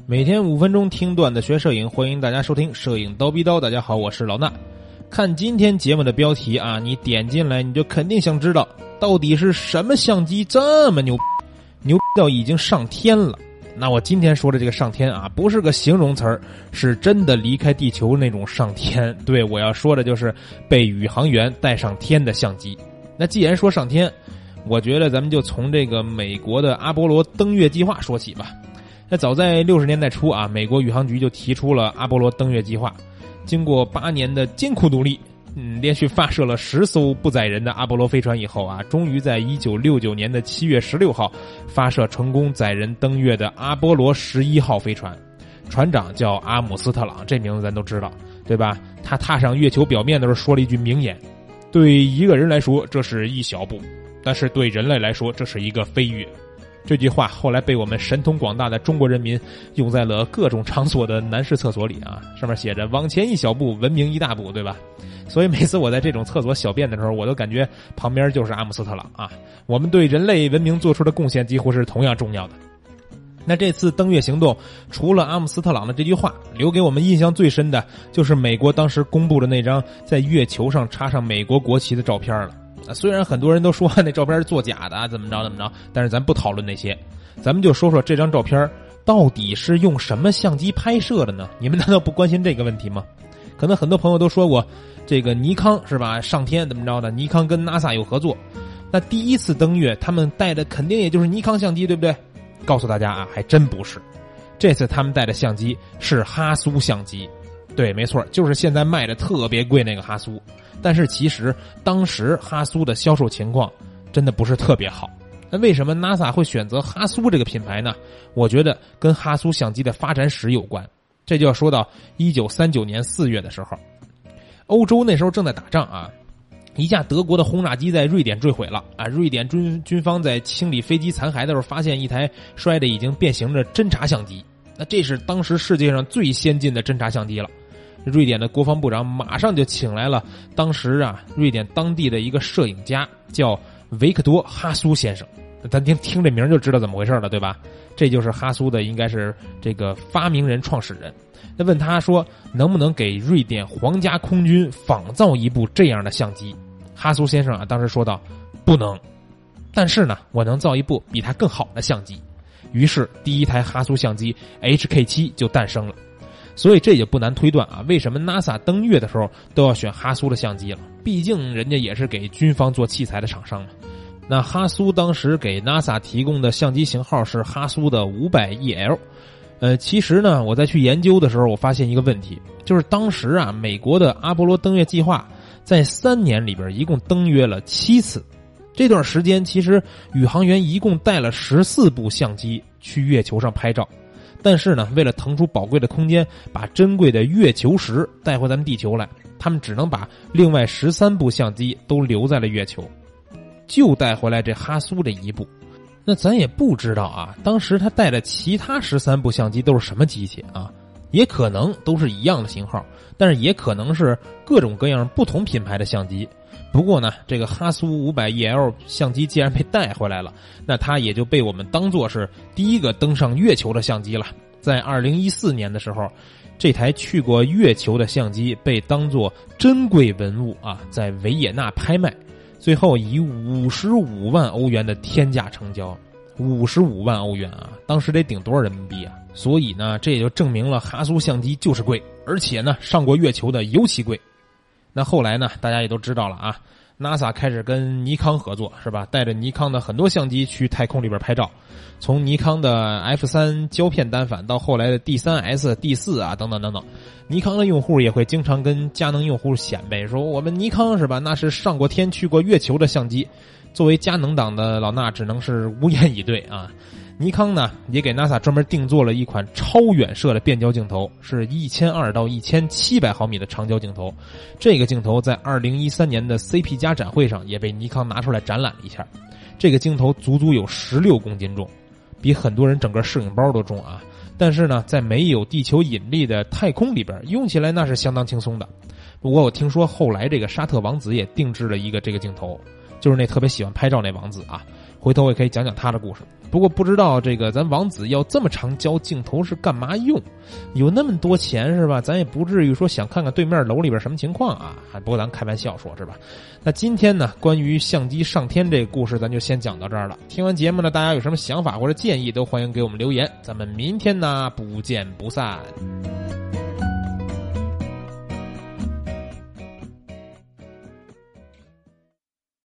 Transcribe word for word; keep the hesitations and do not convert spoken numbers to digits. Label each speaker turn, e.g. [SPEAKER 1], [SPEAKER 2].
[SPEAKER 1] 每天五分钟听段子学摄影，欢迎大家收听摄影刀逼刀。大家好，我是老衲。看今天节目的标题啊，你点进来你就肯定想知道到底是什么相机这么牛牛到已经上天了。那我今天说的这个上天啊，不是个形容词儿，是真的离开地球那种上天。对，我要说的就是被宇航员带上天的相机。那既然说上天，我觉得咱们就从这个美国的阿波罗登月计划说起吧。那早在六十年代初啊，美国宇航局就提出了阿波罗登月计划。经过八年的艰苦努力，嗯，连续发射了十艘不载人的阿波罗飞船以后啊，终于在一九六九年的七月十六号发射成功载人登月的阿波罗十一号飞船。船长叫阿姆斯特朗，这名字咱都知道，对吧？他踏上月球表面的时候说了一句名言：对一个人来说这是一小步，但是对人类来说这是一个飞跃。这句话后来被我们神通广大的中国人民用在了各种场所的男士厕所里啊，上面写着往前一小步，文明一大步，对吧？所以每次我在这种厕所小便的时候，我都感觉旁边就是阿姆斯特朗啊，我们对人类文明做出的贡献几乎是同样重要的。那这次登月行动，除了阿姆斯特朗的这句话，留给我们印象最深的就是美国当时公布的那张在月球上插上美国国旗的照片了。虽然很多人都说那照片是作假的，怎么着怎么着，但是咱不讨论那些，咱们就说说这张照片到底是用什么相机拍摄的呢？你们难道不关心这个问题吗？可能很多朋友都说过，这个尼康是吧，上天怎么着的，尼康跟 NASA 有合作。那第一次登月他们带的肯定也就是尼康相机，对不对？告诉大家啊，还真不是。这次他们带的相机是哈苏相机。对，没错，就是现在卖的特别贵那个哈苏。但是其实当时哈苏的销售情况真的不是特别好。那为什么 NASA 会选择哈苏这个品牌呢？我觉得跟哈苏相机的发展史有关。这就要说到一九三九年四月的时候，欧洲那时候正在打仗啊，一架德国的轰炸机在瑞典坠毁了啊！瑞典军军方在清理飞机残骸的时候，发现一台摔得已经变形的侦察相机。那这是当时世界上最先进的侦察相机了。瑞典的国防部长马上就请来了当时啊瑞典当地的一个摄影家，叫维克多·哈苏先生。咱听听这名就知道怎么回事了，对吧？这就是哈苏的应该是这个发明人、创始人。那问他说能不能给瑞典皇家空军仿造一部这样的相机？哈苏先生啊当时说道：不能，但是呢我能造一部比它更好的相机。于是第一台哈苏相机 H K 七 就诞生了。所以这也不难推断啊，为什么 NASA 登月的时候都要选哈苏的相机了？毕竟人家也是给军方做器材的厂商嘛。那哈苏当时给 NASA 提供的相机型号是哈苏的 五百 E L。呃，其实呢，我在去研究的时候，我发现一个问题，就是当时啊，美国的阿波罗登月计划在三年里边一共登月了七次。这段时间其实宇航员一共带了十四部相机去月球上拍照。但是呢，为了腾出宝贵的空间，把珍贵的月球石带回咱们地球来，他们只能把另外十三部相机都留在了月球，就带回来这哈苏这一部。那咱也不知道啊，当时他带的其他十三部相机都是什么机器啊？也可能都是一样的型号，但是也可能是各种各样不同品牌的相机。不过呢，这个哈苏 五百 E L 相机既然被带回来了，那它也就被我们当作是第一个登上月球的相机了。在二零一四年的时候，这台去过月球的相机被当作珍贵文物啊，在维也纳拍卖，最后以五十五万欧元的天价成交。五十五万欧元啊，当时得顶多少人民币啊？所以呢，这也就证明了哈苏相机就是贵，而且呢，上过月球的尤其贵。那后来呢，大家也都知道了啊 ，NASA 开始跟尼康合作，是吧？带着尼康的很多相机去太空里边拍照，从尼康的 F 三 胶片单反到后来的 D 三 S、D 四 啊，等等等等。尼康的用户也会经常跟佳能用户显摆说，我们尼康是吧？那是上过天、去过月球的相机。作为佳能党的老衲，只能是无言以对啊。尼康呢也给 NASA 专门定做了一款超远摄的变焦镜头，是一千二到一千七百毫米的长焦镜头。这个镜头在二零一三年的 C P 加展会上也被尼康拿出来展览了一下。这个镜头足足有十六公斤重，比很多人整个摄影包都重啊。但是呢，在没有地球引力的太空里边，用起来那是相当轻松的。不过我听说后来这个沙特王子也定制了一个这个镜头， 就是那特别喜欢拍照那王子啊。回头我也可以讲讲他的故事。不过不知道这个咱王子要这么长焦镜头是干嘛用？有那么多钱是吧？咱也不至于说想看看对面楼里边什么情况啊。不过咱开玩笑说是吧？那今天呢，关于相机上天这个故事咱就先讲到这儿了。听完节目呢，大家有什么想法或者建议都欢迎给我们留言。咱们明天呢不见不散。